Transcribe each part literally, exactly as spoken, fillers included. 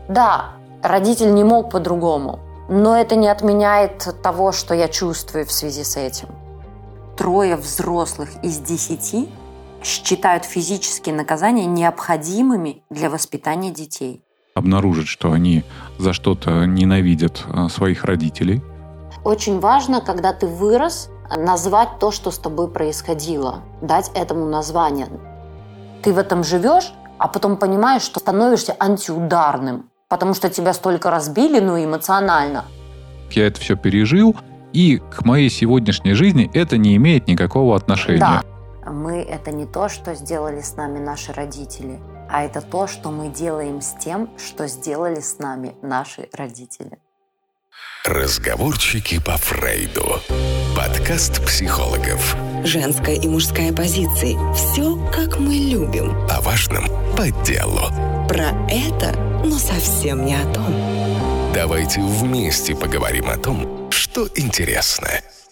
Да, родитель не мог по-другому, но это не отменяет того, что я чувствую в связи с этим. Трое взрослых из десяти считают физические наказания необходимыми для воспитания детей. Обнаружить, что они за что-то ненавидят своих родителей. Очень важно, когда ты вырос, назвать то, что с тобой происходило, дать этому название. Ты в этом живешь, а потом понимаешь, что становишься антиударным, потому что тебя столько разбили, ну, эмоционально. Я это все пережил, и к моей сегодняшней жизни это не имеет никакого отношения. Да. Мы – это не то, что сделали с нами наши родители, а это то, что мы делаем с тем, что сделали с нами наши родители. Разговорчики по Фрейду. Подкаст психологов. Женская и мужская позиции. Все, как мы любим. О важном по делу. Про это, но совсем не о том. Давайте вместе поговорим о том, что интересно.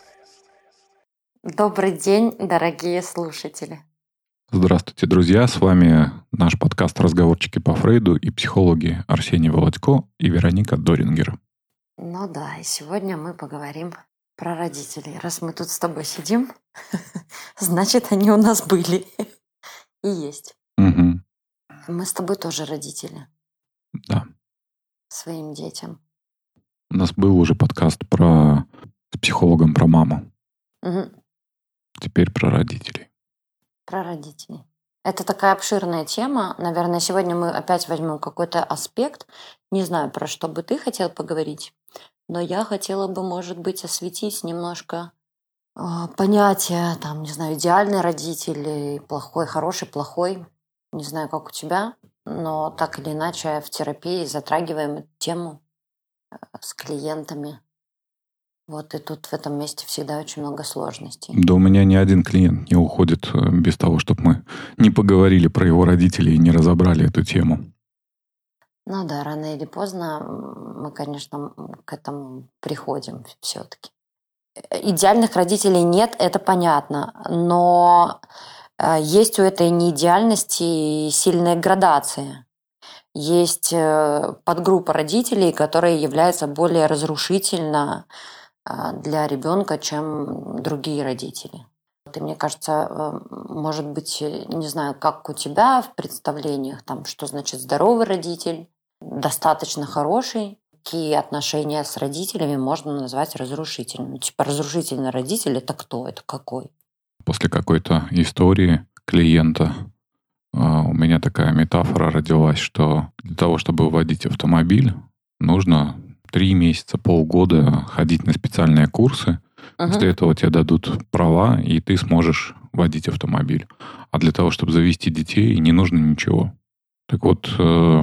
Добрый день, дорогие слушатели. Здравствуйте, друзья. С вами наш подкаст «Разговорчики по Фрейду» и психологи Арсений Володько и Вероника Дорингер. Ну да, и сегодня мы поговорим про родителей. Раз мы тут с тобой сидим, значит, они у нас были и есть. Угу. Мы с тобой тоже родители. Да. Своим детям. У нас был уже подкаст про с психологом про маму. Угу. Теперь про родителей. Про родителей. Это такая обширная тема. Наверное, сегодня мы опять возьмем какой-то аспект. Не знаю, про что бы ты хотел поговорить, но я хотела бы, может быть, осветить немножко э, понятие, там, не знаю, идеальный родитель, плохой, хороший, плохой. Не знаю, как у тебя, но так или иначе в терапии затрагиваем эту тему э, с клиентами. Вот и тут в этом месте всегда очень много сложностей. Да у меня ни один клиент не уходит без того, чтобы мы не поговорили про его родителей и не разобрали эту тему. Ну да, рано или поздно мы, конечно, к этому приходим все-таки. Идеальных родителей нет, это понятно, но есть у этой неидеальности сильная градация. Есть подгруппа родителей, которые являются более разрушительно для ребенка, чем другие родители. И мне кажется, может быть, не знаю, как у тебя в представлениях, там, что значит здоровый родитель, достаточно хороший, какие отношения с родителями можно назвать разрушительными. Типа разрушительный родитель – это кто? Это какой? После какой-то истории клиента у меня такая метафора родилась, что для того, чтобы водить автомобиль, нужно три месяца, полгода ходить на специальные курсы. Uh-huh. После этого тебе дадут права, и ты сможешь водить автомобиль. А для того, чтобы завести детей, не нужно ничего. Так вот, э,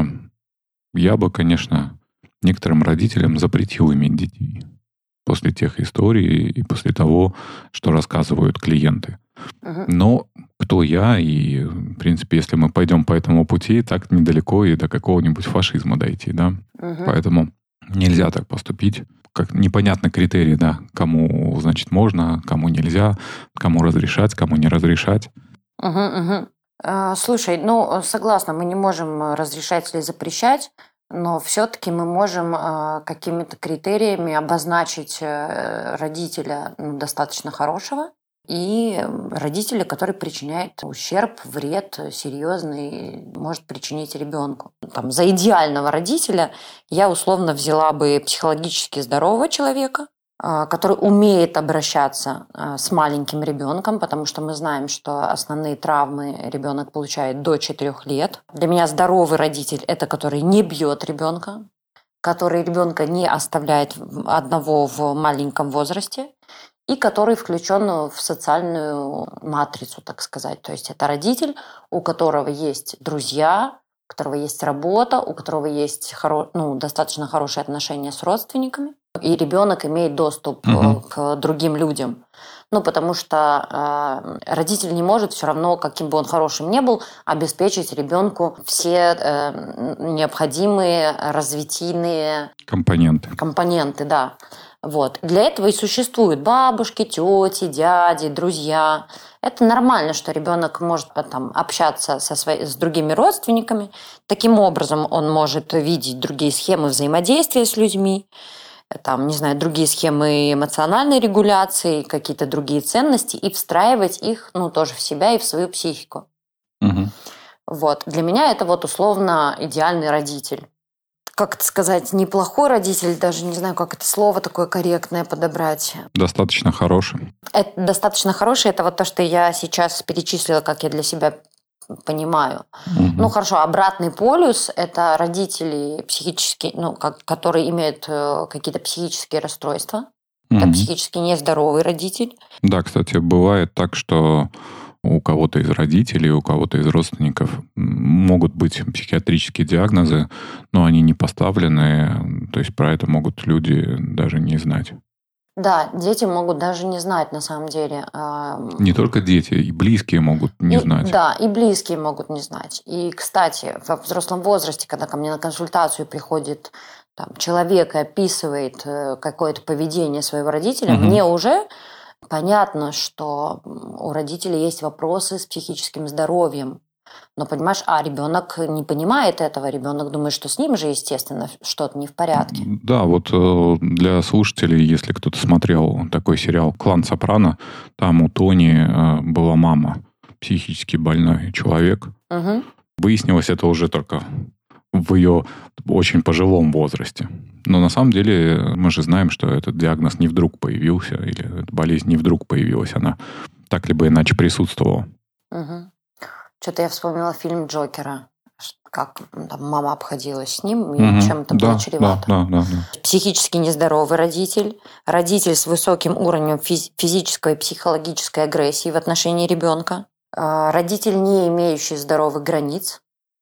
я бы, конечно, некоторым родителям запретил иметь детей. После тех историй и после того, что рассказывают клиенты. Uh-huh. Но кто я? И, в принципе, если мы пойдем по этому пути, так недалеко и до какого-нибудь фашизма дойти, да? Uh-huh. Поэтому нельзя так поступить. Как непонятны критерии, да, кому, значит, можно, кому нельзя, кому разрешать, кому не разрешать. Угу, угу. А, слушай, ну, согласна, мы не можем разрешать или запрещать, но все-таки мы можем а, какими-то критериями обозначить а, родителя ну, достаточно хорошего и родителя, который причиняет ущерб, вред серьезный, может причинить ребенку. Там, за идеального родителя я условно взяла бы психологически здорового человека, который умеет обращаться с маленьким ребенком, потому что мы знаем, что основные травмы ребенок получает до четырех лет. Для меня здоровый родитель – это который не бьет ребенка, который ребенка не оставляет одного в маленьком возрасте, и который включен в социальную матрицу, так сказать. То есть это родитель, у которого есть друзья, у которого есть работа, у которого есть хоро... ну, достаточно хорошие отношения с родственниками, и ребенок имеет доступ угу. к другим людям. Ну, потому что э, родитель не может все равно, каким бы он хорошим ни был, обеспечить ребенку все э, необходимые развитийные компоненты. компоненты, да. Вот. Для этого и существуют бабушки, тети, дяди, друзья. Это нормально, что ребенок может там, общаться со свои, с другими родственниками. Таким образом он может видеть другие схемы взаимодействия с людьми, там, не знаю, другие схемы эмоциональной регуляции, какие-то другие ценности и встраивать их, ну, тоже в себя и в свою психику. Угу. Вот. Для меня это вот условно идеальный родитель. Как это сказать, неплохой родитель, даже не знаю, как это слово такое корректное подобрать. Достаточно хороший. Это достаточно хороший, это вот то, что я сейчас перечислила, как я для себя понимаю. Угу. Ну, хорошо, обратный полюс – это родители психические, ну, как, которые имеют э, какие-то психические расстройства. Угу. Это психически нездоровый родитель. Да, кстати, бывает так, что у кого-то из родителей, у кого-то из родственников могут быть психиатрические диагнозы, но они не поставлены, то есть про это могут люди даже не знать. Да, дети могут даже не знать на самом деле. Не только дети, и близкие могут не и, знать. Да, и близкие могут не знать. И, кстати, во взрослом возрасте, когда ко мне на консультацию приходит там, человек и описывает какое-то поведение своего родителя, угу. мне уже понятно, что у родителей есть вопросы с психическим здоровьем. Но, понимаешь, а ребенок не понимает этого, ребенок думает, что с ним же, естественно, что-то не в порядке. Да, вот для слушателей, если кто-то смотрел такой сериал «Клан Сопрано», там у Тони была мама, психически больной человек. Угу. Выяснилось это уже только в ее очень пожилом возрасте. Но на самом деле мы же знаем, что этот диагноз не вдруг появился, или эта болезнь не вдруг появилась, она так либо иначе присутствовала. Угу. Что-то я вспомнила фильм «Джокера», как там, мама обходилась с ним, и угу. чем это да, было чревато. Да, да, да, да. Психически нездоровый родитель, родитель с высоким уровнем физ- физической и психологической агрессии в отношении ребенка, родитель, не имеющий здоровых границ.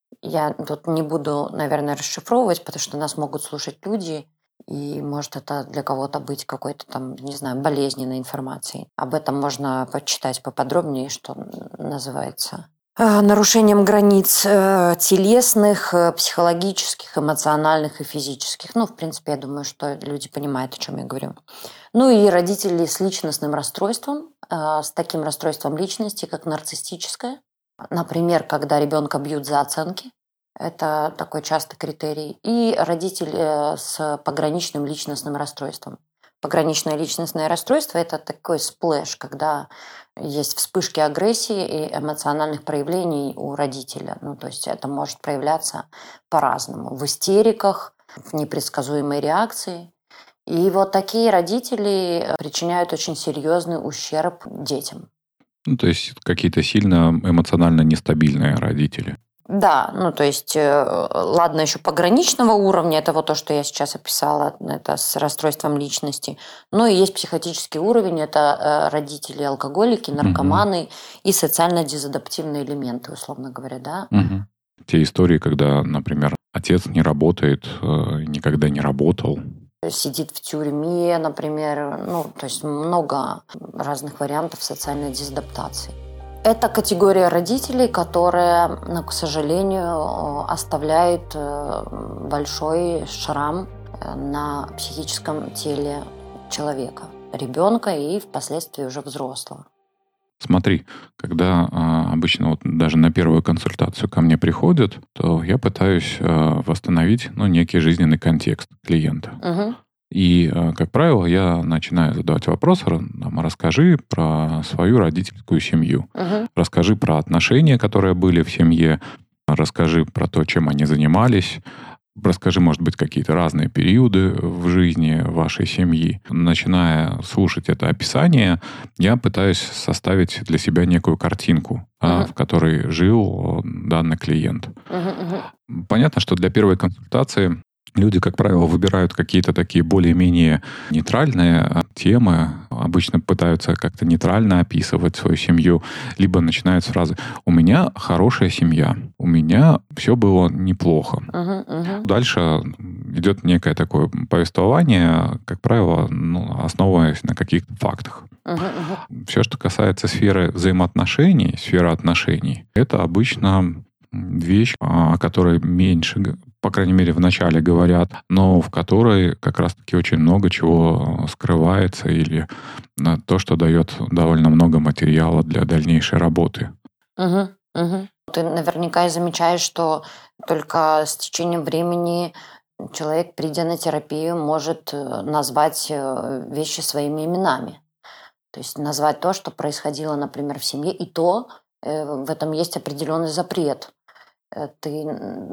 Я тут не буду, наверное, расшифровывать, потому что нас могут слушать люди, и может это для кого-то быть какой-то там, не знаю, болезненной информацией. Об этом можно почитать поподробнее, что называется. Нарушением границ телесных, психологических, эмоциональных и физических. Ну, в принципе, я думаю, что люди понимают, о чем я говорю. Ну и родители с личностным расстройством, с таким расстройством личности, как нарциссическое. Например, когда ребенка бьют за оценки. Это такой частый критерий. И родитель с пограничным личностным расстройством. Пограничное личностное расстройство – это такой сплэш, когда есть вспышки агрессии и эмоциональных проявлений у родителя. Ну, то есть это может проявляться по-разному. В истериках, в непредсказуемой реакции. И вот такие родители причиняют очень серьезный ущерб детям. Ну, то есть какие-то сильно эмоционально нестабильные родители. Да, ну то есть, ладно, еще пограничного уровня, это вот то, что я сейчас описала, это с расстройством личности. Но и есть психотический уровень, это родители алкоголики, наркоманы угу. и социально дезадаптивные элементы, условно говоря, да. Угу. Те истории, когда, например, отец не работает, никогда не работал. Сидит в тюрьме, например, ну, то есть много разных вариантов социальной дезадаптации. Это категория родителей, которая, ну, к сожалению, оставляет большой шрам на психическом теле человека, ребенка и впоследствии уже взрослого. Смотри, когда а, обычно вот даже на первую консультацию ко мне приходят, то я пытаюсь а, восстановить, ну, некий жизненный контекст клиента. Угу. И, а, как правило, я начинаю задавать вопросы, там, расскажи про свою родительскую семью, угу. расскажи про отношения, которые были в семье, расскажи про то, чем они занимались, расскажи, может быть, какие-то разные периоды в жизни вашей семьи. Начиная слушать это описание, я пытаюсь составить для себя некую картинку, uh-huh. в которой жил данный клиент. Uh-huh. Понятно, что для первой консультации люди, как правило, выбирают какие-то такие более-менее нейтральные темы, обычно пытаются как-то нейтрально описывать свою семью, либо начинают с фразы «У меня хорошая семья, у меня все было неплохо». Uh-huh, uh-huh. Дальше идет некое такое повествование, как правило, ну, основываясь на каких-то фактах. Uh-huh, uh-huh. Все, что касается сферы взаимоотношений, сферы отношений, это обычно вещь, о которой меньше по крайней мере, в начале говорят, но в которой как раз-таки очень много чего скрывается или то, что дает довольно много материала для дальнейшей работы. Угу, угу. Ты наверняка и замечаешь, что только с течением времени человек, придя на терапию, может назвать вещи своими именами. То есть назвать то, что происходило, например, в семье, и то в этом есть определенный запрет. Ты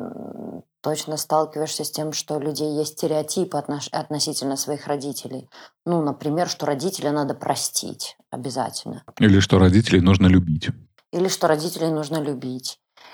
точно сталкиваешься с тем, что у людей есть стереотипы относительно своих родителей. Ну, например, что родителей надо простить обязательно. Или что родителей нужно любить. Или что родителей нужно любить.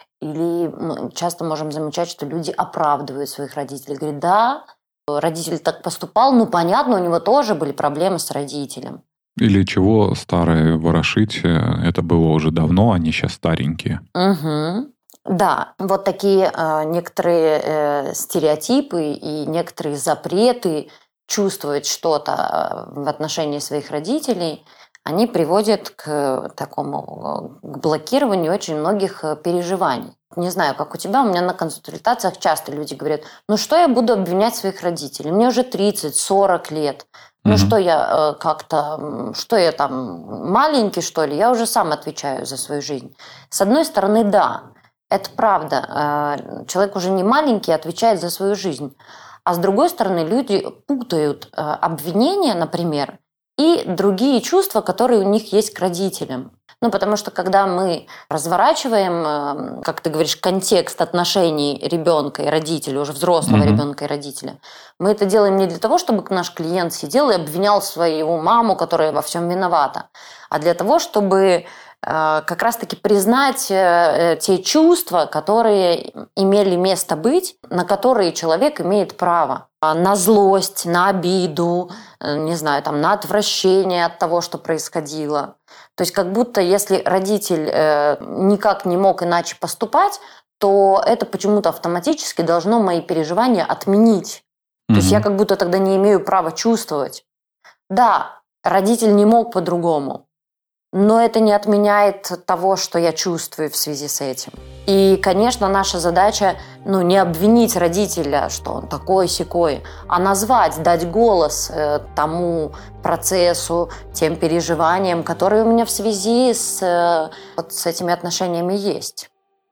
Или мы часто можем замечать, что люди оправдывают своих родителей. Говорят, да, родитель так поступал, ну, понятно, у него тоже были проблемы с родителем. Или чего старое ворошить, это было уже давно, они сейчас старенькие. Угу. Да, вот такие э, некоторые э, стереотипы и некоторые запреты чувствовать что-то в отношении своих родителей, они приводят к такому к блокированию очень многих переживаний. Не знаю, как у тебя, у меня на консультациях часто люди говорят, ну что я буду обвинять своих родителей? Мне уже тридцать-сорок лет. Ну mm-hmm. что я э, как-то, что я там, маленький, что ли? Я уже сам отвечаю за свою жизнь. С одной стороны, да, это правда. Человек уже не маленький, отвечает за свою жизнь. А с другой стороны, люди путают обвинения, например, и другие чувства, которые у них есть к родителям. Ну, потому что когда мы разворачиваем, как ты говоришь, контекст отношений ребенка и родителя, уже взрослого mm-hmm. ребенка и родителя, мы это делаем не для того, чтобы наш клиент сидел и обвинял свою маму, которая во всем виновата, а для того, чтобы как раз-таки признать те чувства, которые имели место быть, на которые человек имеет право. На злость, на обиду, не знаю, там, на отвращение от того, что происходило. То есть как будто если родитель никак не мог иначе поступать, то это почему-то автоматически должно мои переживания отменить. Mm-hmm. То есть я как будто тогда не имею права чувствовать. Да, родитель не мог по-другому. Но это не отменяет того, что я чувствую в связи с этим. И, конечно, наша задача, ну, не обвинить родителя, что он такой-сякой, а назвать, дать голос э, тому процессу, тем переживаниям, которые у меня в связи с, э, вот с этими отношениями есть.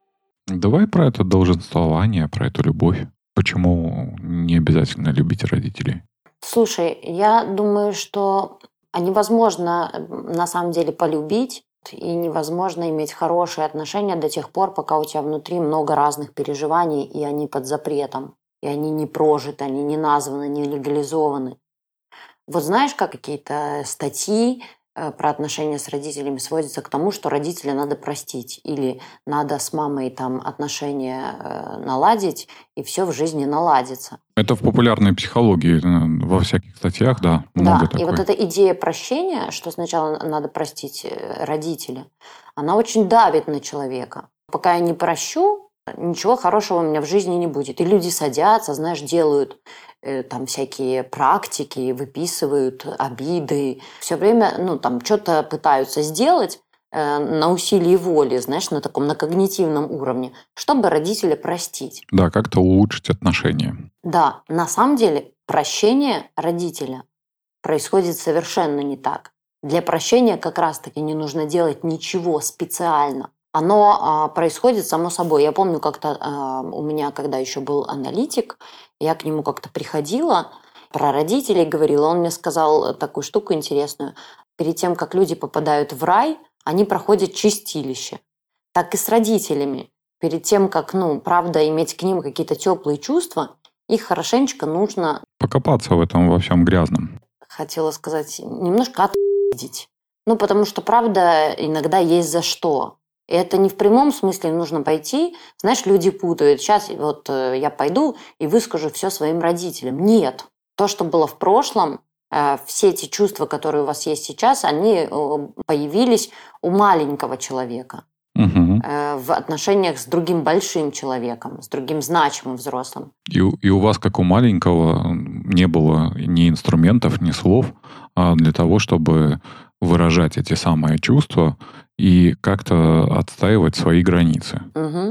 Давай про это долженствование, про эту любовь. Почему не обязательно любить родителей? Слушай, я думаю, что невозможно на самом деле полюбить и невозможно иметь хорошие отношения до тех пор, пока у тебя внутри много разных переживаний, и они под запретом, и они не прожиты, они не названы, не легализованы. Вот знаешь, как какие-то статьи про отношения с родителями сводятся к тому, что родителя надо простить, или надо с мамой там отношения наладить, и все в жизни наладится. Это в популярной психологии, во всяких статьях, да, много Да, такой. И вот эта идея прощения, что сначала надо простить родителя, она очень давит на человека. Пока я не прощу, ничего хорошего у меня в жизни не будет. И люди садятся, знаешь, делают там всякие практики, выписывают обиды. Все время, ну, там, что-то пытаются сделать э, на усилии воли, знаешь, на таком, на когнитивном уровне, чтобы родителя простить. Да, как-то улучшить отношения. Да, на самом деле прощение родителя происходит совершенно не так. Для прощения как раз-таки не нужно делать ничего специально. Оно а, происходит само собой. Я помню, как-то а, у меня, когда еще был аналитик, я к нему как-то приходила, про родителей говорила, он мне сказал такую штуку интересную. Перед тем, как люди попадают в рай, они проходят чистилище. Так и с родителями. Перед тем, как, ну, правда, иметь к ним какие-то теплые чувства, их хорошенечко нужно... Покопаться в этом во всем грязном. Хотела сказать, немножко отъездить. Ну, потому что, правда, иногда есть за что. И это не в прямом смысле нужно пойти. Знаешь, люди путают. Сейчас вот я пойду и выскажу все своим родителям. Нет. То, что было в прошлом, все эти чувства, которые у вас есть сейчас, они появились у маленького человека. Угу. В отношениях с другим большим человеком, с другим значимым взрослым. И, и у вас, как у маленького, не было ни инструментов, ни слов для того, чтобы выражать эти самые чувства и как-то отстаивать свои границы. Угу.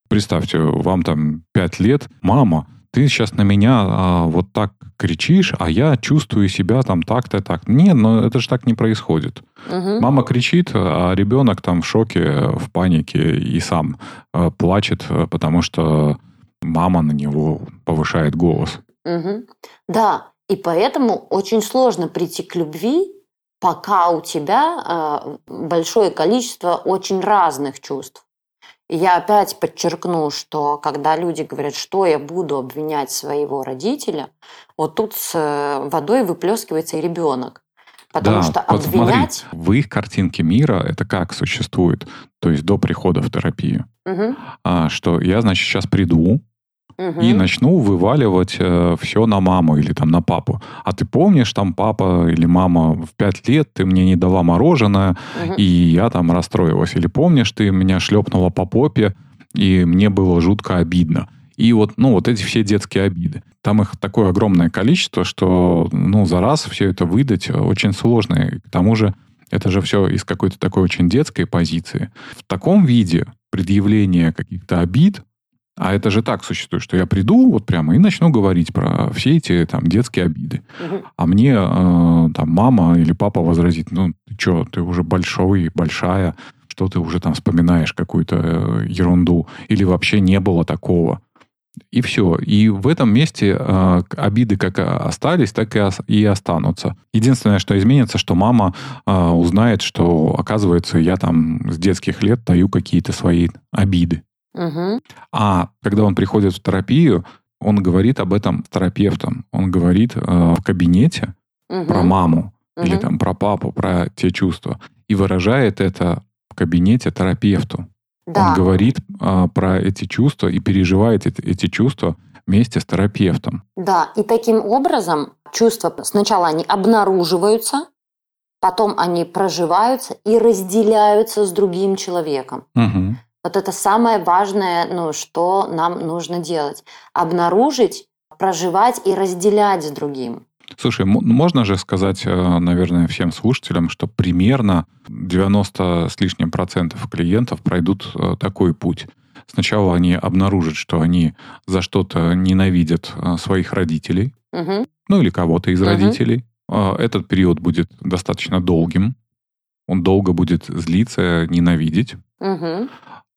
Представьте, вам там пять лет, мама, ты сейчас на меня а, вот так кричишь, а я чувствую себя там так-то, так. Нет, но это же так не происходит. Угу. Мама кричит, а ребенок там в шоке, в панике и сам а, плачет, потому что мама на него повышает голос. Угу. Да, и поэтому очень сложно прийти к любви, пока у тебя а, большое количество очень разных чувств. И я опять подчеркну, что когда люди говорят, что я буду обвинять своего родителя, вот тут с водой выплескивается и ребенок. Потому да, что вот обвинять... Смотри, в их картинке мира это как существует, то есть до прихода в терапию, угу. а, что я, значит, сейчас приду, Угу. и начну вываливать э, все на маму или там на папу. А ты помнишь, там папа или мама в пять лет ты мне не дала мороженое, угу. и я там расстроилась. Или помнишь, ты меня шлепнула по попе, и мне было жутко обидно. И вот, ну, вот эти все детские обиды. Там их такое огромное количество, что, ну, за раз все это выдать очень сложно. И к тому же это же все из какой-то такой очень детской позиции. В таком виде предъявление каких-то обид, а это же так существует, что я приду вот прямо и начну говорить про все эти там детские обиды. Угу. А мне э, там мама или папа возразит, ну, ты что, ты уже большой, большая, что ты уже там вспоминаешь какую-то ерунду, или вообще не было такого. И все. И в этом месте э, обиды как остались, так и, ос- и останутся. Единственное, что изменится, что мама э, узнает, что, оказывается, я там с детских лет даю какие-то свои обиды. Угу. А когда он приходит в терапию, он говорит об этом с терапевтом. Он говорит э, в кабинете угу. про маму угу. или там про папу, про те чувства. И выражает это в кабинете терапевту. Да. Он говорит э, про эти чувства и переживает эти, эти чувства вместе с терапевтом. Да, и таким образом чувства сначала они обнаруживаются, потом они проживаются и разделяются с другим человеком. Угу. Вот это самое важное, ну, что нам нужно делать. Обнаружить, проживать и разделять с другим. Слушай, м- можно же сказать, наверное, всем слушателям, что примерно девяносто с лишним процентов клиентов пройдут такой путь. Сначала они обнаружат, что они за что-то ненавидят своих родителей, угу. ну или кого-то из угу. родителей. Этот период будет достаточно долгим. Он долго будет злиться, ненавидеть. Угу.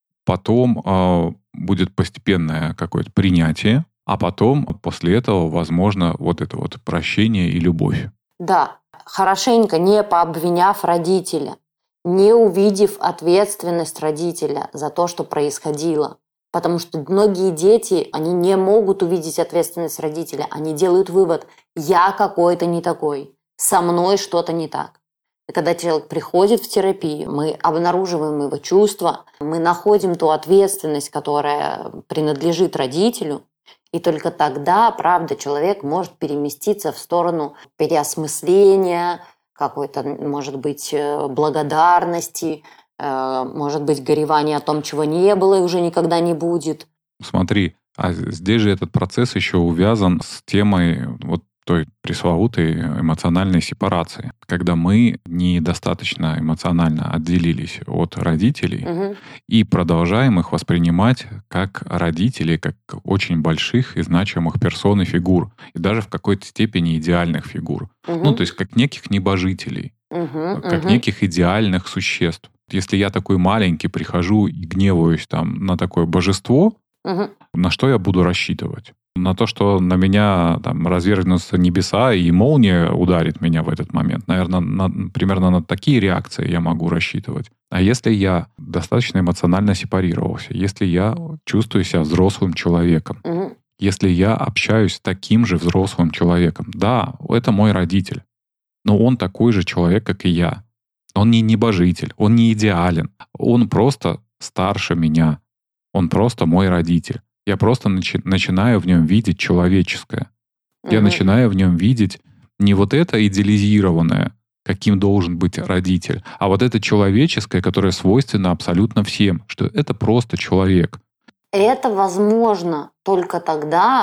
Потом э, будет постепенное какое-то принятие, а потом после этого, возможно, вот это вот прощение и любовь. Да, хорошенько не пообвиняв родителя, не увидев ответственность родителя за то, что происходило. Потому что многие дети, они не могут увидеть ответственность родителя. Они делают вывод: я какой-то не такой, со мной что-то не так. И когда человек приходит в терапию, мы обнаруживаем его чувства, мы находим ту ответственность, которая принадлежит родителю, и только тогда, правда, человек может переместиться в сторону переосмысления, какой-то, может быть, благодарности, может быть, горевания о том, чего не было и уже никогда не будет. Смотри, а здесь же этот процесс еще увязан с темой вот той пресловутой эмоциональной сепарации, когда мы недостаточно эмоционально отделились от родителей угу. и продолжаем их воспринимать как родителей, как очень больших и значимых персон и фигур, и даже в какой-то степени идеальных фигур. Угу. Ну, то есть как неких небожителей, угу. как угу. неких идеальных существ. Если я такой маленький прихожу и гневаюсь там на такое божество, угу. на что я буду рассчитывать? На то, что на меня там развернутся небеса и молния ударит меня в этот момент. Наверное, на, примерно на такие реакции я могу рассчитывать. А если я достаточно эмоционально сепарировался, если я чувствую себя взрослым человеком, угу. если я общаюсь с таким же взрослым человеком, да, это мой родитель, но он такой же человек, как и я. Он не небожитель, он не идеален, он просто старше меня, он просто мой родитель. Я просто начи- начинаю в нем видеть человеческое. Я Угу. начинаю в нем видеть не вот это идеализированное, каким должен быть родитель, а вот это человеческое, которое свойственно абсолютно всем, что это просто человек. Это возможно только тогда,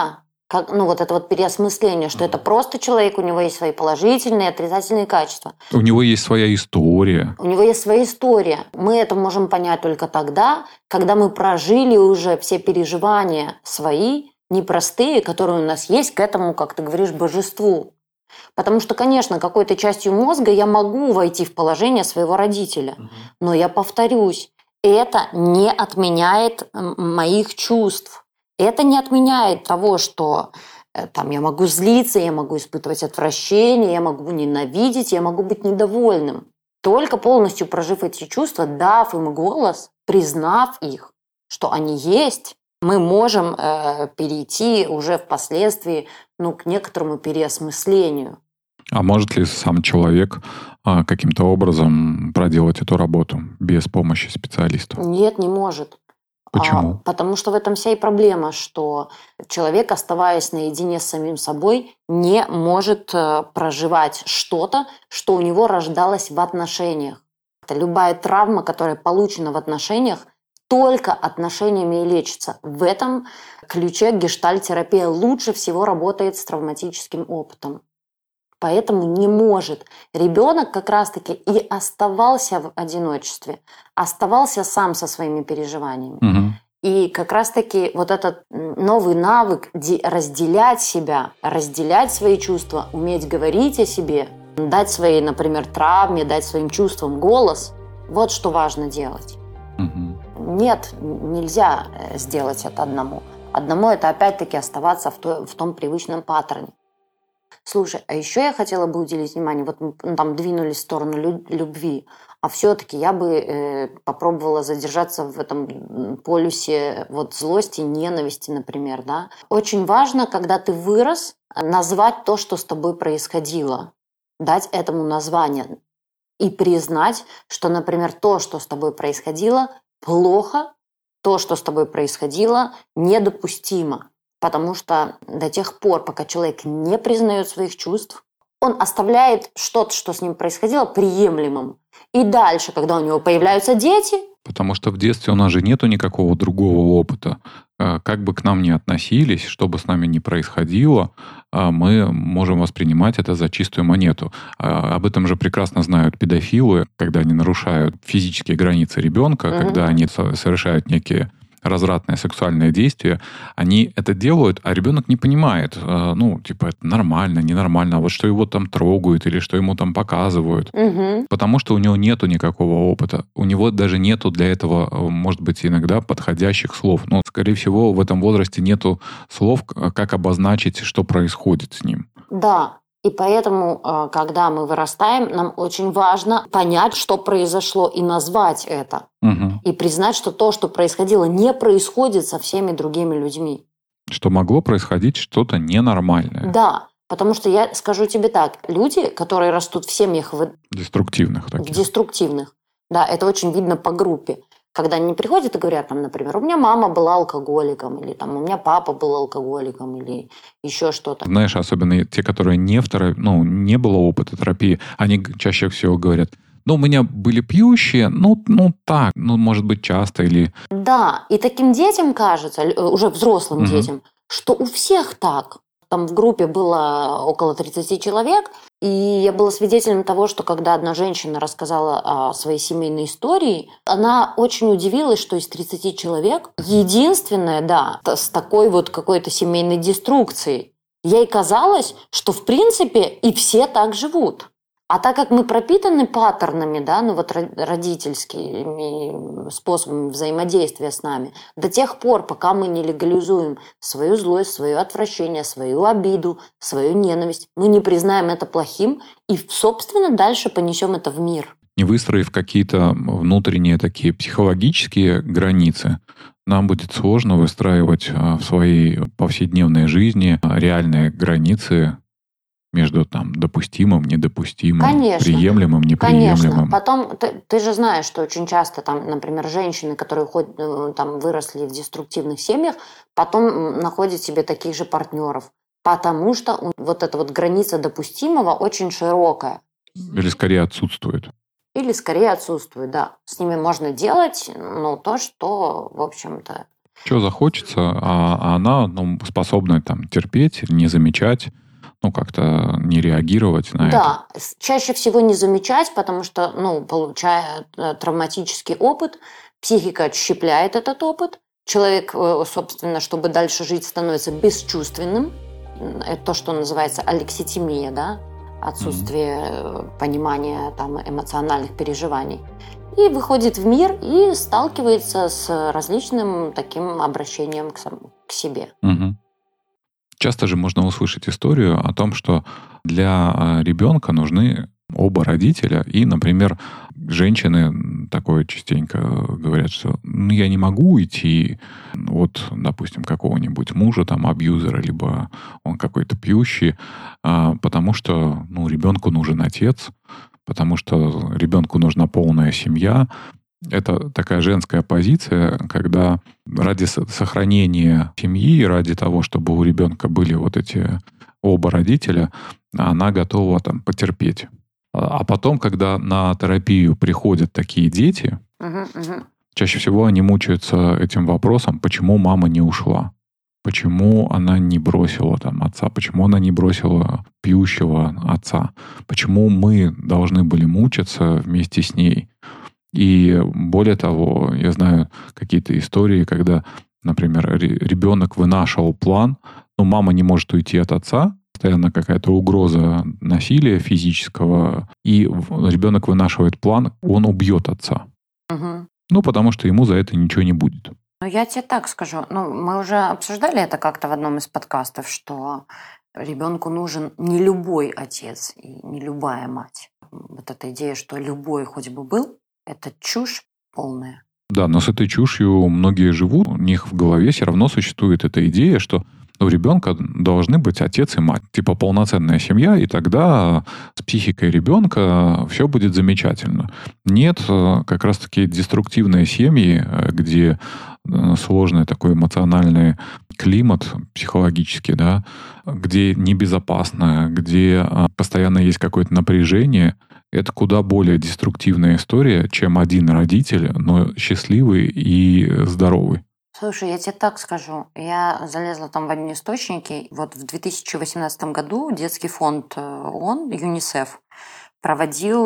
Как, ну, вот это вот переосмысление, что это просто человек, у него есть свои положительные и отрицательные качества. У него есть своя история. У него есть своя история. Мы это можем понять только тогда, когда мы прожили уже все переживания свои, непростые, которые у нас есть к этому, как ты говоришь, божеству. Потому что, конечно, какой-то частью мозга я могу войти в положение своего родителя. Угу. Но я повторюсь, это не отменяет моих чувств. Это не отменяет того, что э, там, я могу злиться, я могу испытывать отвращение, я могу ненавидеть, я могу быть недовольным. Только полностью прожив эти чувства, дав им голос, признав их, что они есть, мы можем э, перейти уже впоследствии ну, к некоторому переосмыслению. А может ли сам человек э, каким-то образом проделать эту работу без помощи специалистов? Нет, не может. Почему? А, потому что в этом вся и проблема, что человек, оставаясь наедине с самим собой, не может э, проживать что-то, что у него рождалось в отношениях. Это любая травма, которая получена в отношениях, только отношениями и лечится. В этом ключе гештальт-терапия лучше всего работает с травматическим опытом. Поэтому не может. Ребенок как раз-таки и оставался в одиночестве, оставался сам со своими переживаниями. Угу. И как раз-таки вот этот новый навык разделять себя, разделять свои чувства, уметь говорить о себе, дать своей, например, травме, дать своим чувствам голос, вот что важно делать. Угу. Нет, нельзя сделать это одному. Одному это опять-таки оставаться в, то, в том привычном паттерне. Слушай, а еще я хотела бы уделить внимание, вот мы ну, там двинулись в сторону любви, а все-таки я бы э, попробовала задержаться в этом полюсе вот злости, ненависти, например, да. Очень важно, когда ты вырос, назвать то, что с тобой происходило, дать этому название и признать, что, например, то, что с тобой происходило, плохо, то, что с тобой происходило, недопустимо. Потому что до тех пор, пока человек не признает своих чувств, он оставляет что-то, что с ним происходило, приемлемым. И дальше, когда у него появляются дети... Потому что в детстве у нас же нету никакого другого опыта. Как бы к нам ни относились, что бы с нами ни происходило, мы можем воспринимать это за чистую монету. Об этом же прекрасно знают педофилы, когда они нарушают физические границы ребенка, mm-hmm. когда они совершают некие... развратное сексуальное действие, они это делают, а ребенок не понимает, ну, типа, это нормально, ненормально, а вот что его там трогают или что ему там показывают. Угу. Потому что у него нету никакого опыта. У него даже нету для этого, может быть, иногда подходящих слов. Но, скорее всего, в этом возрасте нету слов, как обозначить, что происходит с ним. Да. И поэтому, когда мы вырастаем, нам очень важно понять, что произошло, и назвать это. Угу. И признать, что то, что происходило, не происходит со всеми другими людьми. Что могло происходить что-то ненормальное. Да, потому что я скажу тебе так, люди, которые растут в семьях... Деструктивных таких. Деструктивных. Да, это очень видно по группе. Когда они приходят и говорят, там, например, у меня мама была алкоголиком, или там, у меня папа был алкоголиком, или еще что-то. Знаешь, особенно те, которые не, в терапии, ну, не было опыта терапии, они чаще всего говорят, ну, у меня были пьющие, ну, ну так, ну, может быть, часто или... Да, и таким детям кажется, уже взрослым угу. детям, что у всех так. Там в группе было около тридцати человек, и я была свидетелем того, что когда одна женщина рассказала о своей семейной истории, она очень удивилась, что из тридцати человек единственная, да, с такой вот какой-то семейной деструкцией. Ей казалось, что в принципе и все так живут. А так как мы пропитаны паттернами, да, ну вот родительскими способами взаимодействия с нами, до тех пор, пока мы не легализуем свою злость, свое отвращение, свою обиду, свою ненависть, мы не признаем это плохим и, собственно, дальше понесем это в мир. Не выстроив какие-то внутренние такие психологические границы, нам будет сложно выстраивать в своей повседневной жизни реальные границы между там допустимым, недопустимым, конечно, приемлемым, неприемлемым. Конечно. Потом ты, ты же знаешь, что очень часто там, например, женщины, которые ходят, там, выросли в деструктивных семьях, потом находят себе таких же партнеров, потому что вот эта вот граница допустимого очень широкая. Или скорее отсутствует. Или скорее отсутствует, да. С ними можно делать, ну, то, что, в общем-то, Что захочется, а, а она ну, способна там терпеть, не замечать, ну, как-то не реагировать на Да, это. чаще всего не замечать, потому что, ну, получая э, травматический опыт, психика отщепляет этот опыт. Человек, э, собственно, чтобы дальше жить, становится бесчувственным. Это то, что называется алекситимия, да, отсутствие mm-hmm. понимания там, эмоциональных переживаний. И выходит в мир и сталкивается с различным таким обращением к, сам, к себе. Mm-hmm. Часто же можно услышать историю о том, что для ребенка нужны оба родителя. И, например, женщины такое частенько говорят, что ну, я не могу уйти от, допустим, какого-нибудь мужа, там, абьюзера, либо он какой-то пьющий, потому что ну, ребенку нужен отец, потому что ребенку нужна полная семья. Это такая женская позиция, когда ради сохранения семьи, ради того, чтобы у ребенка были вот эти оба родителя, она готова там потерпеть. А потом, когда на терапию приходят такие дети, uh-huh, uh-huh. чаще всего они мучаются этим вопросом, почему мама не ушла, почему она не бросила там отца, почему она не бросила пьющего отца, почему мы должны были мучиться вместе с ней. И более того, я знаю какие-то истории, когда, например, ребенок вынашивал план, но мама не может уйти от отца, постоянно какая-то угроза насилия физического, и ребенок вынашивает план, он убьет отца. Угу. Ну, потому что ему за это ничего не будет. Ну, я тебе так скажу. Ну, мы уже обсуждали это как-то в одном из подкастов, что ребенку нужен не любой отец и не любая мать. Вот эта идея, что любой хоть бы был, это чушь полная. Да, но с этой чушью многие живут. У них в голове все равно существует эта идея, что у ребенка должны быть отец и мать. Типа полноценная семья, и тогда с психикой ребенка все будет замечательно. Нет, как раз-таки деструктивные семьи, где сложный такой эмоциональный климат психологический, да, где небезопасно, где постоянно есть какое-то напряжение, это куда более деструктивная история, чем один родитель, но счастливый и здоровый. Слушай, я тебе так скажу. Я залезла там в одни источники. Вот в две тысячи восемнадцатом году детский фонд ООН, ЮНИСЕФ, проводил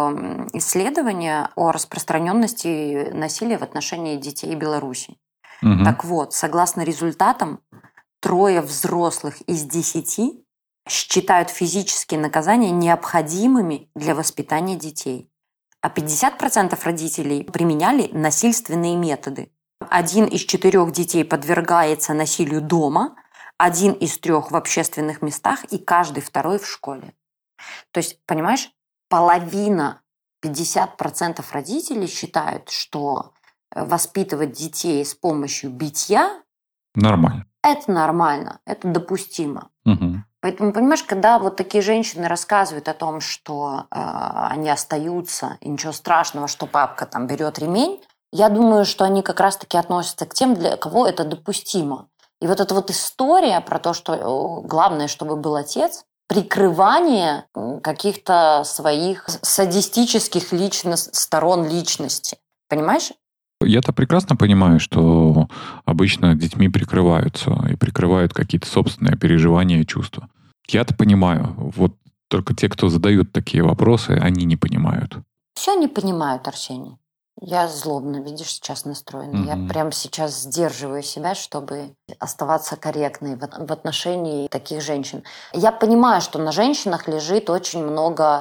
исследования о распространенности насилия в отношении детей Беларуси. Угу. Так вот, согласно результатам, трое взрослых из десяти считают физические наказания необходимыми для воспитания детей. А пятьдесят процентов родителей применяли насильственные методы. Один из четырех детей подвергается насилию дома, один из трех в общественных местах и каждый второй в школе. То есть, понимаешь, половина, пятьдесят процентов родителей считают, что воспитывать детей с помощью битья нормально. Это нормально, это допустимо. Угу. Поэтому, понимаешь, когда вот такие женщины рассказывают о том, что э, они остаются, и ничего страшного, что папка там берет ремень, я думаю, что они как раз-таки относятся к тем, для кого это допустимо. И вот эта вот история про то, что главное, чтобы был отец, прикрывание каких-то своих садистических личность, сторон личности. Понимаешь? Я-то прекрасно понимаю, что обычно детьми прикрываются и прикрывают какие-то собственные переживания и чувства. Я-то понимаю. Вот только те, кто задают такие вопросы, они не понимают. Все не понимают, Арсений. Я злобно, видишь, сейчас настроена. Mm-hmm. Я прямо сейчас сдерживаю себя, чтобы оставаться корректной в, в отношении таких женщин. Я понимаю, что на женщинах лежит очень много,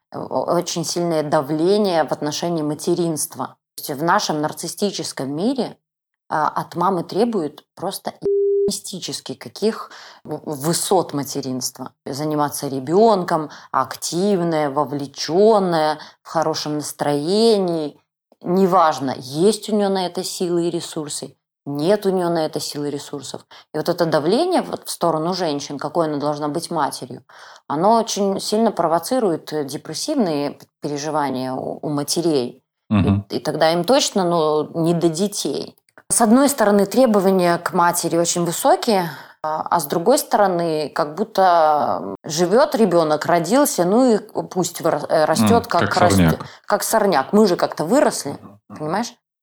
очень сильное давление в отношении материнства. То есть в нашем нарциссическом мире а, от мамы требуют просто мистически каких высот материнства. Заниматься ребенком, активная, вовлеченная, в хорошем настроении. Неважно, есть у нее на это силы и ресурсы, нет у нее на это силы и ресурсов. И вот это давление в сторону женщин, какой она должна быть матерью, оно очень сильно провоцирует депрессивные переживания у, у матерей. Угу. И, и тогда им точно ну, не до детей. С одной стороны, требования к матери очень высокие, а с другой стороны, как будто живет ребенок, родился, ну и пусть растет, как, как, сорняк. Раст... как сорняк. Мы же как-то выросли, понимаешь?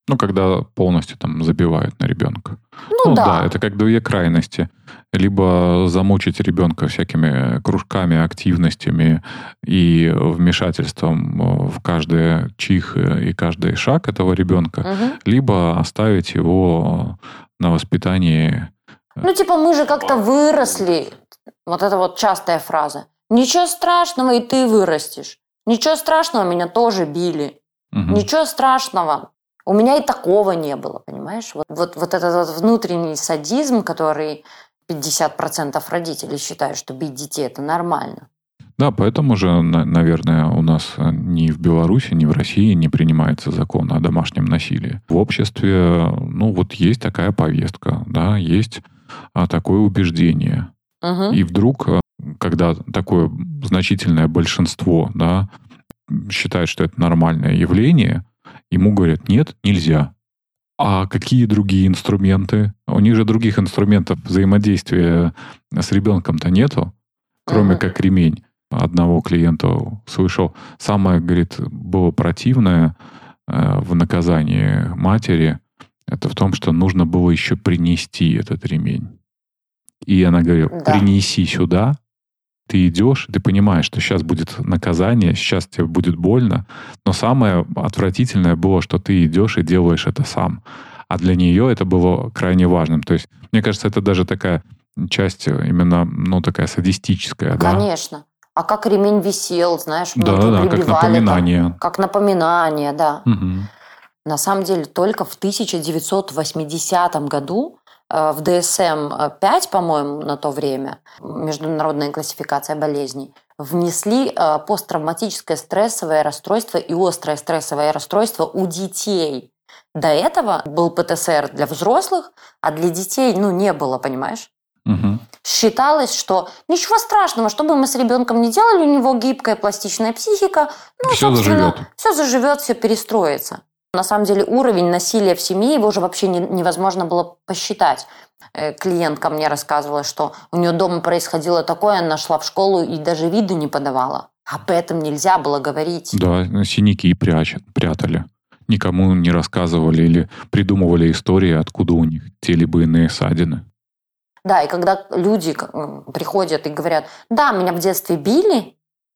Ну, когда полностью там забивают на ребенка. Ну, Ну да. да. Это как две крайности. Либо замучить ребенка всякими кружками, активностями и вмешательством в каждый чих и каждый шаг этого ребенка, Угу. либо оставить его на воспитании. Ну, типа, мы же как-то выросли. Вот это вот частая фраза. Ничего страшного, и ты вырастешь. Ничего страшного, меня тоже били. Угу. Ничего страшного. У меня и такого не было, понимаешь? Вот, вот, вот этот вот внутренний садизм, который пятьдесят процентов родителей считают, что бить детей – это нормально. Да, поэтому же, наверное, у нас ни в Беларуси, ни в России не принимается закон о домашнем насилии. В обществе, ну, вот есть такая повестка, да, есть такое убеждение. Угу. И вдруг, когда такое значительное большинство, да, считает, что это нормальное явление, ему говорят, нет, нельзя. А какие другие инструменты? У них же других инструментов взаимодействия с ребенком-то нету, кроме Мгм. как ремень. Одного клиента слышал. Самое, говорит, было противное э, в наказании матери, это в том, что нужно было еще принести этот ремень. И она говорила, Да. принеси сюда. Ты идешь, ты понимаешь, что сейчас будет наказание, сейчас тебе будет больно, но самое отвратительное было, что ты идешь и делаешь это сам. А для нее это было крайне важным. То есть, мне кажется, это даже такая часть именно, ну, такая садистическая, да? Конечно. А как ремень висел, знаешь, мы Да, его да, как прибивали там, напоминание. как напоминание, да. Мгм. На самом деле, только в тысяча девятьсот восьмидесятом году э, в ди эс эм пять, по-моему, на то время, международная классификация болезней, внесли э, посттравматическое стрессовое расстройство и острое стрессовое расстройство у детей. До этого был пэ тэ эс эр для взрослых, а для детей, ну, не было, понимаешь? Мгм. Считалось, что ничего страшного, что бы мы с ребенком не делали, у него гибкая пластичная психика, ну, Всё собственно, заживет. все заживет, все перестроится. На самом деле уровень насилия в семье, его уже вообще не- невозможно было посчитать. Э, Клиентка мне рассказывала, что у нее дома происходило такое, она шла в школу и даже виду не подавала. Об этом нельзя было говорить. Да, синяки прячут, прятали. Никому не рассказывали или придумывали истории, откуда у них те либо иные ссадины. Да, и когда люди м, приходят и говорят, да, меня в детстве били,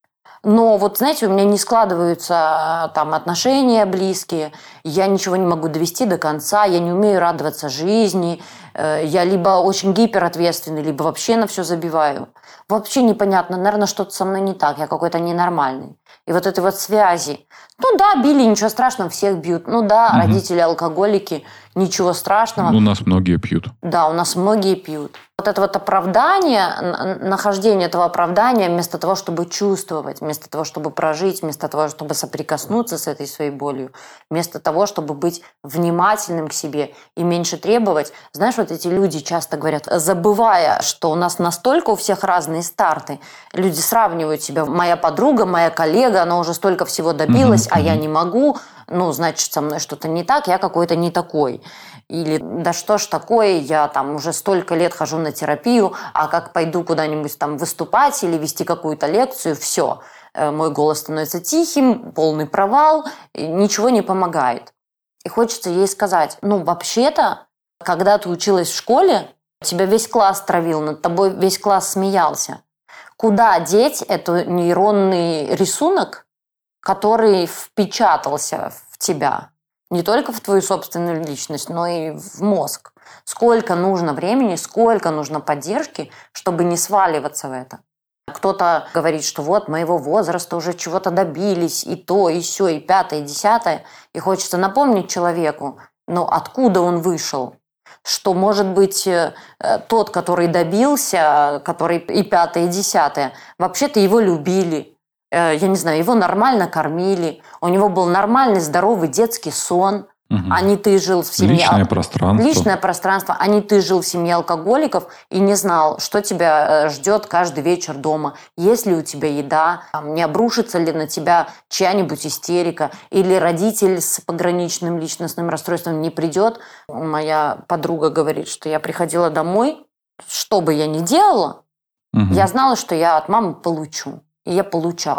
но вот, знаете, у меня не складываются а, там отношения близкие, я ничего не могу довести до конца, я не умею радоваться жизни, э, я либо очень гиперответственный, либо вообще на все забиваю. Вообще непонятно, наверное, что-то со мной не так, я какой-то ненормальный. И вот этой вот связи. Ну да, били, ничего страшного, всех бьют. Ну да, Мгм. родители алкоголики, ничего страшного. У нас многие пьют. Да, у нас многие пьют. Вот это вот оправдание, н- нахождение этого оправдания вместо того, чтобы чувствовать, вместо того, чтобы прожить, вместо того, чтобы соприкоснуться с этой своей болью, вместо того, чтобы быть внимательным к себе и меньше требовать. Знаешь, вот эти люди часто говорят, забывая, что у нас настолько у всех разные старты, люди сравнивают себя. Моя подруга, моя коллега, она уже столько всего добилась, Мгм, а я мгм. не могу. Ну, значит, со мной что-то не так, я какой-то не такой. Или да что ж такое, я там уже столько лет хожу на терапию, а как пойду куда-нибудь там выступать или вести какую-то лекцию, все, мой голос становится тихим, полный провал, и ничего не помогает. И хочется ей сказать, ну вообще-то, когда ты училась в школе, тебя весь класс травил, над тобой весь класс смеялся. Куда деть этот нейронный рисунок, который впечатался в тебя? Не только в твою собственную личность, но и в мозг. Сколько нужно времени, сколько нужно поддержки, чтобы не сваливаться в это. Кто-то говорит, что вот моего возраста уже чего-то добились, и то, и сё, и пятое, и десятое. И хочется напомнить человеку, ну откуда он вышел. Что, может быть, э, тот, который добился, который и пятое, и десятое, вообще-то его любили. Э, я не знаю, его нормально кормили. У него был нормальный, здоровый детский сон. Мгм. А не ты жил в семье... Личное пространство. Личное пространство. А не ты жил в семье алкоголиков и не знал, что тебя э, ждет каждый вечер дома. Есть ли у тебя еда? Там, не обрушится ли на тебя чья-нибудь истерика? Или родитель с пограничным личностным расстройством не придет? Моя подруга говорит, что я приходила домой, что бы я ни делала, Мгм. я знала, что я от мамы получу. И я получала.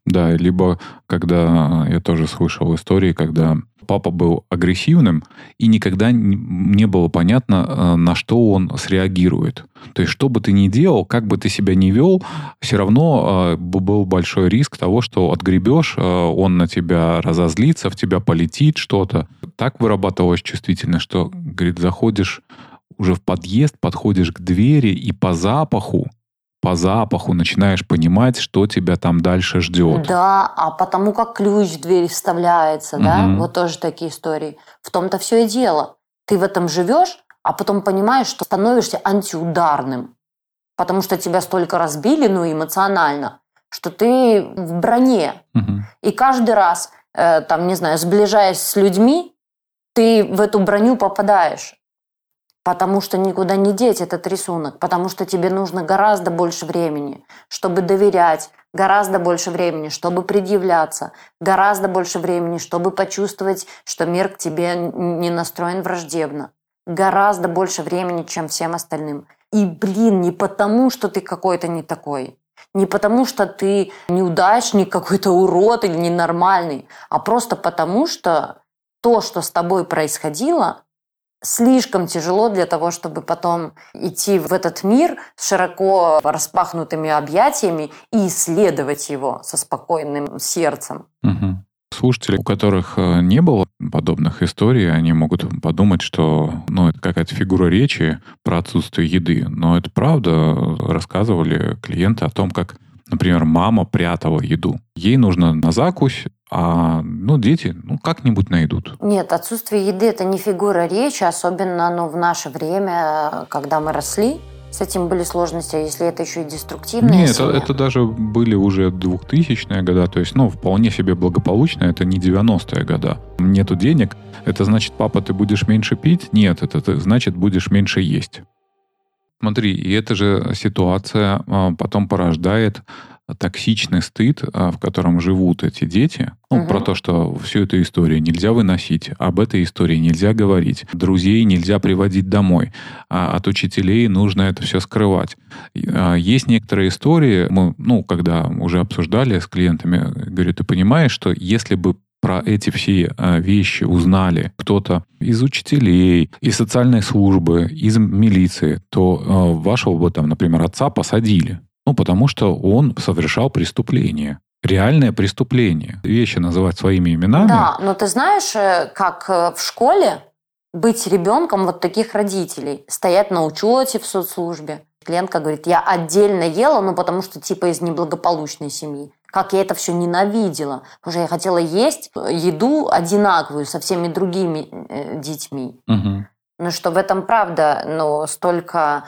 Да, либо когда я тоже слышал истории, когда папа был агрессивным, и никогда не было понятно, на что он среагирует. То есть, что бы ты ни делал, как бы ты себя ни вел, все равно был большой риск того, что отгребешь, он на тебя разозлится, в тебя полетит что-то. Так вырабатывалась чувствительность, что, говорит, заходишь уже в подъезд, подходишь к двери, и по запаху по запаху начинаешь понимать, что тебя там дальше ждет. Да, а потому как ключ в дверь вставляется, угу. да, вот тоже такие истории. В том-то все и дело. Ты в этом живешь, а потом понимаешь, что становишься антиударным, потому что тебя столько разбили, ну, эмоционально, что ты в броне. Угу. И каждый раз, э, там, не знаю, сближаясь с людьми, ты в эту броню попадаешь. Потому что никуда не деть этот рисунок, потому что тебе нужно гораздо больше времени, чтобы доверять, гораздо больше времени, чтобы предъявляться, гораздо больше времени, чтобы почувствовать, что мир к тебе не настроен враждебно. Гораздо больше времени, чем всем остальным. И, блин, не потому, что ты какой-то не такой, не потому, что ты неудачник, какой-то урод или ненормальный, а просто потому, что то, что с тобой происходило, слишком тяжело для того, чтобы потом идти в этот мир с широко распахнутыми объятиями и исследовать его со спокойным сердцем. Угу. Слушатели, у которых не было подобных историй, они могут подумать, что ну, это какая-то фигура речи про отсутствие еды. Но это правда. Рассказывали клиенты о том, как, например, мама прятала еду. Ей нужно на закусь, а ну, дети ну, как-нибудь найдут. Нет, отсутствие еды – это не фигура речи, особенно ну, в наше время, когда мы росли. С этим были сложности, а если это еще и деструктивные Нет, это, это даже были уже двухтысячные года, то есть ну, вполне себе благополучно, это не девяностые года. Нету денег, это значит, папа, ты будешь меньше пить? Нет, это значит, будешь меньше есть. Смотри, и эта же ситуация потом порождает токсичный стыд, в котором живут эти дети. Ну, угу. Про то, что всю эту историю нельзя выносить, об этой истории нельзя говорить, друзей нельзя приводить домой, а от учителей нужно это все скрывать. Есть некоторые истории, мы, ну, когда уже обсуждали с клиентами, говорю, ты понимаешь, что если бы про эти все вещи узнали кто-то из учителей, из социальной службы, из милиции, то вашего бы там, например, отца посадили. Ну, потому что он совершал преступление. Реальное преступление. Вещи называть своими именами. Да, но ты знаешь, как в школе быть ребенком вот таких родителей? Стоять на учете в соцслужбе. Клиентка говорит, я отдельно ела, ну, потому что типа из неблагополучной семьи. Как я это все ненавидела. Потому что я хотела есть еду одинаковую со всеми другими э, детьми. Угу. Ну, что в этом правда, ну, столько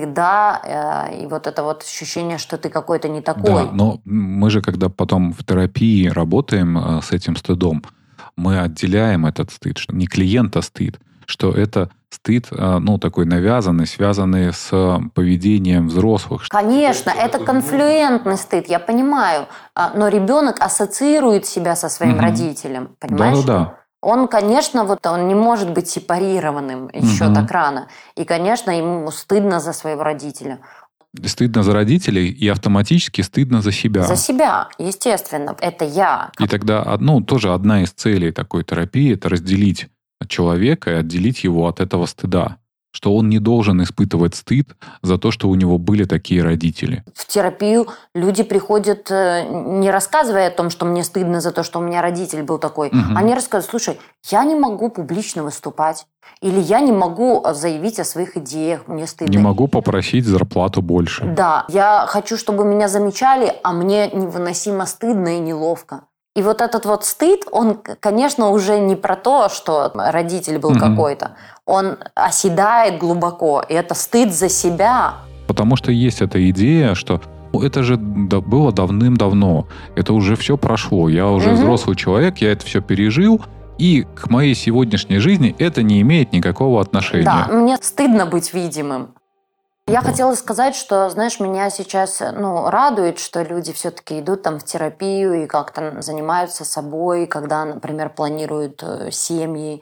стыда э, и вот это вот ощущение, что ты какой-то не такой. Да, но мы же, когда потом в терапии работаем э, с этим стыдом, мы отделяем этот стыд, что не клиента стыд, что это стыд, э, ну, такой навязанный, связанный с поведением взрослых. Конечно, это конфлюентный стыд, я понимаю, но ребенок ассоциирует себя со своим угу. родителем, понимаешь? Да-да-да. Он, конечно, вот он не может быть сепарированным еще угу. так рано. И, конечно, ему стыдно за своего родителя. Стыдно за родителей и автоматически стыдно за себя. За себя, естественно. Это я. И тогда, ну, тоже одна из целей такой терапии – это разделить человека и отделить его от этого стыда. Что он не должен испытывать стыд за то, что у него были такие родители. В терапию люди приходят, не рассказывая о том, что мне стыдно за то, что у меня родитель был такой. Угу. Они рассказывают, слушай, я не могу публично выступать. Или я не могу заявить о своих идеях, мне стыдно. Не могу попросить зарплату больше. Да, я хочу, чтобы меня замечали, а мне невыносимо стыдно и неловко. И вот этот вот стыд, он, конечно, уже не про то, что родитель был mm-hmm. какой-то. Он оседает глубоко, и это стыд за себя. Потому что есть эта идея, что это же было давным-давно, это уже все прошло, я уже mm-hmm. взрослый человек, я это все пережил, и к моей сегодняшней жизни это не имеет никакого отношения. Да, мне стыдно быть видимым. Я хотела сказать, что, знаешь, меня сейчас ну, радует, что люди все-таки идут там в терапию и как-то занимаются собой, когда, например, планируют семьи.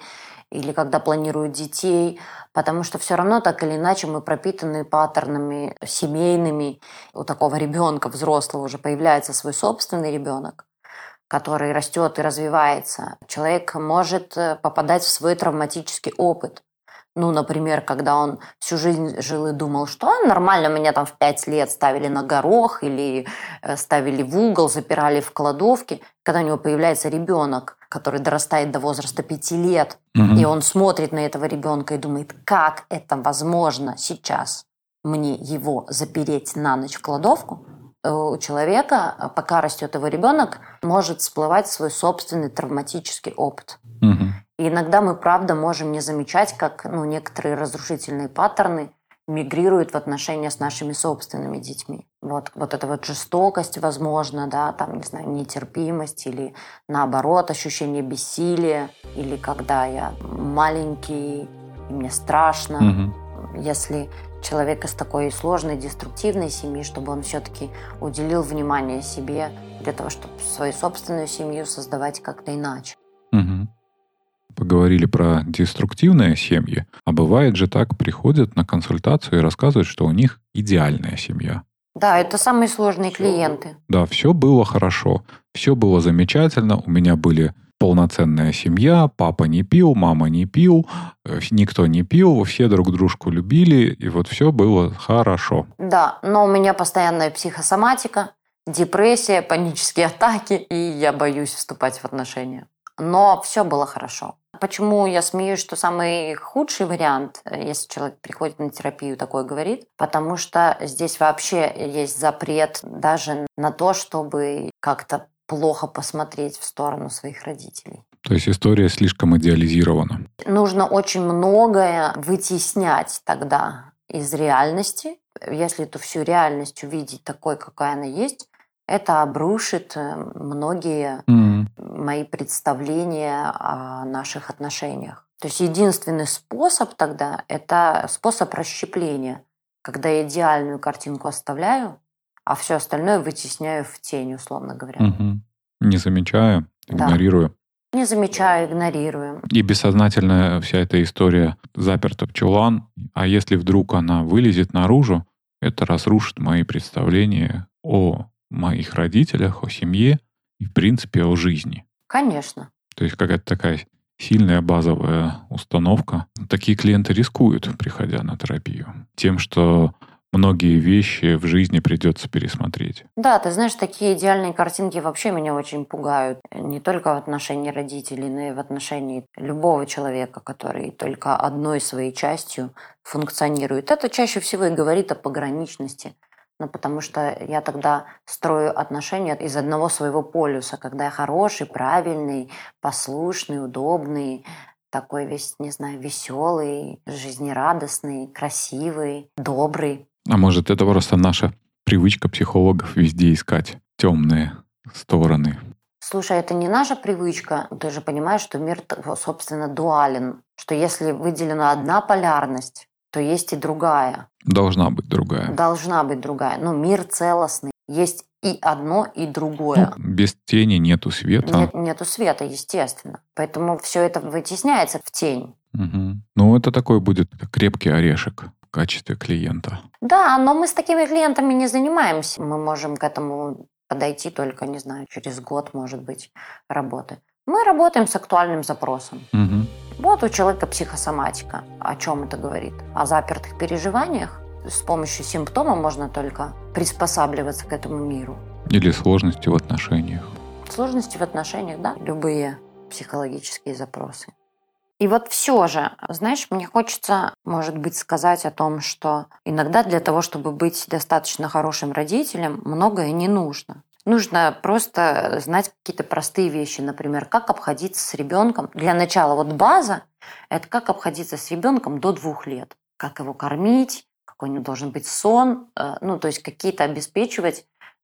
или когда планируют детей, потому что все равно так или иначе мы пропитаны паттернами семейными. У такого ребенка взрослого уже появляется свой собственный ребенок, который растет и развивается. Человек может попадать в свой травматический опыт. Ну, например, когда он всю жизнь жил и думал, что а, нормально, меня там в пять лет ставили на горох или ставили в угол, запирали в кладовке. Когда у него появляется ребенок, который дорастает до возраста пяти лет, угу. и он смотрит на этого ребенка и думает, как это возможно сейчас мне его запереть на ночь в кладовку, у человека, пока растет его ребенок, может всплывать свой собственный травматический опыт. Угу. И иногда мы, правда, можем не замечать, как ну, некоторые разрушительные паттерны мигрируют в отношения с нашими собственными детьми. Вот, вот эта вот жестокость, возможно, да, там, не знаю, нетерпимость или, наоборот, ощущение бессилия, или когда я маленький, и мне страшно. Угу. Если человек из такой сложной, деструктивной семьи, чтобы он все-таки уделил внимание себе для того, чтобы свою собственную семью создавать как-то иначе. Угу. Поговорили про деструктивные семьи, а бывает же так, приходят на консультацию и рассказывают, что у них идеальная семья. Да, это самые сложные все, клиенты. Да, все было хорошо, все было замечательно, у меня были полноценная семья, папа не пил, мама не пил, никто не пил, все друг дружку любили, и вот все было хорошо. Да, но у меня постоянная психосоматика, депрессия, панические атаки, и я боюсь вступать в отношения. Но все было хорошо. Почему я смеюсь, что самый худший вариант, если человек приходит на терапию, такое говорит? Потому что здесь вообще есть запрет даже на то, чтобы как-то плохо посмотреть в сторону своих родителей. То есть история слишком идеализирована. Нужно очень многое вытеснять тогда из реальности. Если эту всю реальность увидеть такой, какая она есть, это обрушит многие mm. мои представления о наших отношениях. То есть единственный способ тогда – это способ расщепления, когда я идеальную картинку оставляю, а все остальное вытесняю в тень, условно говоря. Mm-hmm. Не замечаю, игнорирую. Да. Не замечаю, игнорирую. И бессознательная вся эта история заперта в чулан, а если вдруг она вылезет наружу, это разрушит мои представления о моих родителях, о семье и, в принципе, о жизни. Конечно. То есть какая-то такая сильная базовая установка. Такие клиенты рискуют, приходя на терапию, тем, что многие вещи в жизни придется пересмотреть. Да, ты знаешь, такие идеальные картинки вообще меня очень пугают. Не только в отношении родителей, но и в отношении любого человека, который только одной своей частью функционирует. Это чаще всего и говорит о пограничности. Ну, потому что я тогда строю отношения из одного своего полюса, когда я хороший, правильный, послушный, удобный, такой весь, не знаю, веселый, жизнерадостный, красивый, добрый. А может, это просто наша привычка психологов везде искать темные стороны? Слушай, это не наша привычка. Ты же понимаешь, что мир, собственно, дуален. Что если выделена одна полярность, то есть и другая. Должна быть другая. Должна быть другая. Но мир целостный. Есть и одно, и другое. Ну, без тени нету света. Нет, нету света, естественно. Поэтому все это вытесняется в тень. Угу. Ну, это такой будет крепкий орешек в качестве клиента. Да, но мы с такими клиентами не занимаемся. Мы можем к этому подойти только, не знаю, через год, может быть, работы. Мы работаем с актуальным запросом. Угу. Вот у человека психосоматика. О чем это говорит? О запертых переживаниях. С помощью симптома можно только приспосабливаться к этому миру. Или сложности в отношениях. Сложности в отношениях, да. Любые психологические запросы. И вот все же, знаешь, мне хочется, может быть, сказать о том, что иногда для того, чтобы быть достаточно хорошим родителем, многое не нужно. Нужно просто знать какие-то простые вещи, например, как обходиться с ребенком. Для начала вот база – это как обходиться с ребенком до двух лет. Как его кормить, какой у него должен быть сон, ну, то есть какие-то обеспечивать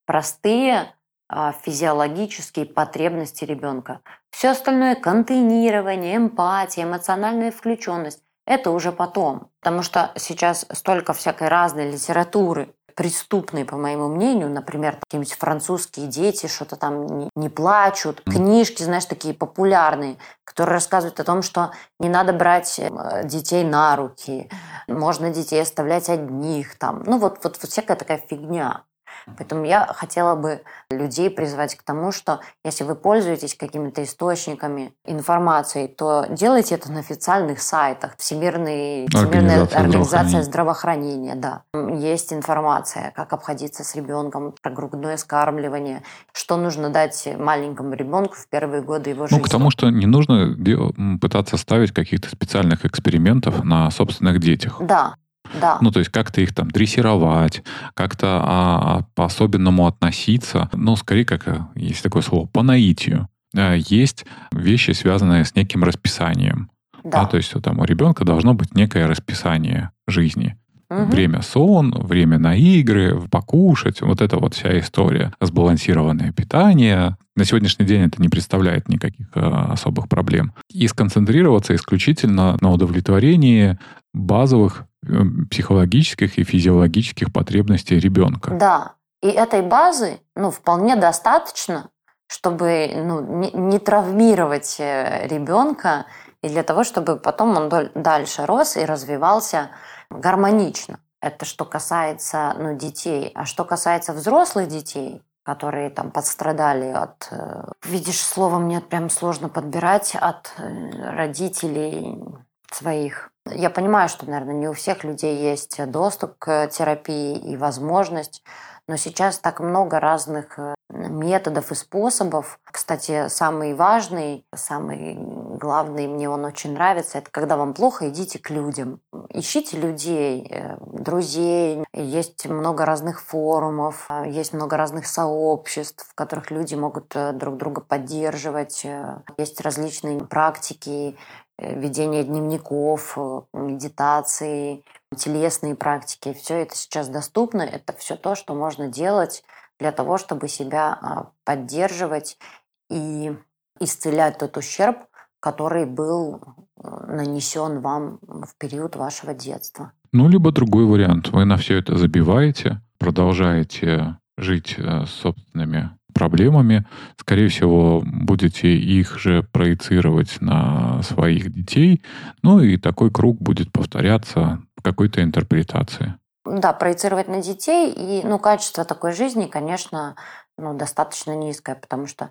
простые физиологические потребности ребенка. Все остальное – контейнирование, эмпатия, эмоциональная включенность – это уже потом. Потому что сейчас столько всякой разной литературы, преступные, по моему мнению. Например, какие-нибудь французские дети что-то там не, не плачут. Книжки, знаешь, такие популярные, которые рассказывают о том, что не надо брать детей на руки, можно детей оставлять одних. Там. Ну вот, вот, вот всякая такая фигня. Поэтому я хотела бы людей призвать к тому, что если вы пользуетесь какими-то источниками информации, то делайте это на официальных сайтах. Всемирный, Всемирная организация, организация здравоохранения. Да. Есть информация, как обходиться с ребенком, про грудное вскармливание, что нужно дать маленькому ребенку в первые годы его жизни. Ну, к тому, что не нужно пытаться ставить каких-то специальных экспериментов на собственных детях. Да. Да. Ну, то есть как-то их там дрессировать, как-то а, по-особенному относиться. Ну, скорее, как есть такое слово, по наитию. Есть вещи, связанные с неким расписанием. Да. Да, то есть там у ребенка должно быть некое расписание жизни. Угу. Время сон, время на игры, покушать. Вот это вот вся история. Сбалансированное питание. На сегодняшний день это не представляет никаких а, особых проблем. И сконцентрироваться исключительно на удовлетворении базовых психологических и физиологических потребностей ребенка. Да. И этой базы, ну, вполне достаточно, чтобы, ну, не, не травмировать ребенка и для того, чтобы потом он дальше рос и развивался гармонично. Это что касается, ну, детей. А что касается взрослых детей, которые там подстрадали от... Видишь, слово мне прям сложно подбирать, от родителей своих. Я понимаю, что, наверное, не у всех людей есть доступ к терапии и возможность, но сейчас так много разных методов и способов. Кстати, самый важный, самый главный, мне он очень нравится, это когда вам плохо, идите к людям. Ищите людей, друзей. Есть много разных форумов, есть много разных сообществ, в которых люди могут друг друга поддерживать. Есть различные практики, ведение дневников, медитации, телесные практики. Все это сейчас доступно. Это все то, что можно делать для того, чтобы себя поддерживать и исцелять тот ущерб, который был нанесен вам в период вашего детства. Ну, либо другой вариант. Вы на все это забиваете, продолжаете жить собственными проблемами, скорее всего, будете их же проецировать на своих детей, ну и такой круг будет повторяться в какой-то интерпретации. Да, проецировать на детей, и, ну, качество такой жизни, конечно, ну, достаточно низкое, потому что,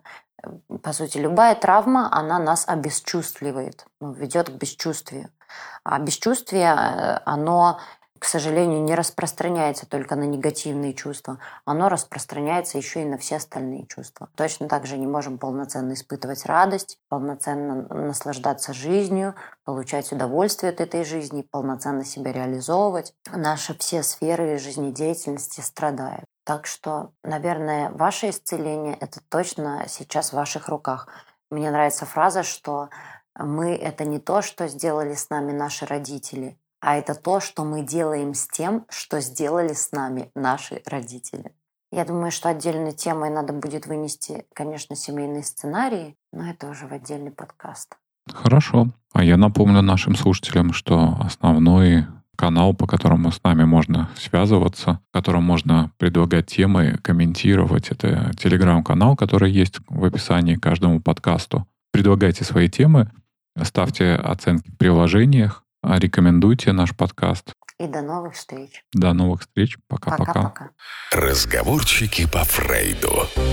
по сути, любая травма, она нас обесчувствливает, ну, ведет к бесчувствию. А бесчувствие, оно, к сожалению, не распространяется только на негативные чувства, оно распространяется еще и на все остальные чувства. Точно так же не можем полноценно испытывать радость, полноценно наслаждаться жизнью, получать удовольствие от этой жизни, полноценно себя реализовывать. Наши все сферы жизнедеятельности страдают. Так что, наверное, ваше исцеление – это точно сейчас в ваших руках. Мне нравится фраза, что мы – это не то, что сделали с нами наши родители, а это то, что мы делаем с тем, что сделали с нами наши родители. Я думаю, что отдельной темой надо будет вынести, конечно, семейные сценарии, но это уже в отдельный подкаст. Хорошо. А я напомню нашим слушателям, что основной канал, по которому с нами можно связываться, в котором можно предлагать темы, комментировать, это телеграм-канал, который есть в описании к каждому подкасту. Предлагайте свои темы, ставьте оценки в приложениях, рекомендуйте наш подкаст. И до новых встреч. До новых встреч. Пока-пока. Пока-пока. Разговорчики по Фрейду.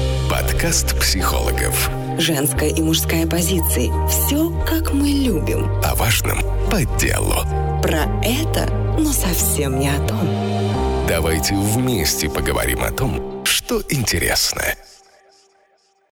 Подкаст психологов. Женская и мужская позиции. Все, как мы любим. О важном по делу. Про это, но совсем не о том. Давайте вместе поговорим о том, что интересно.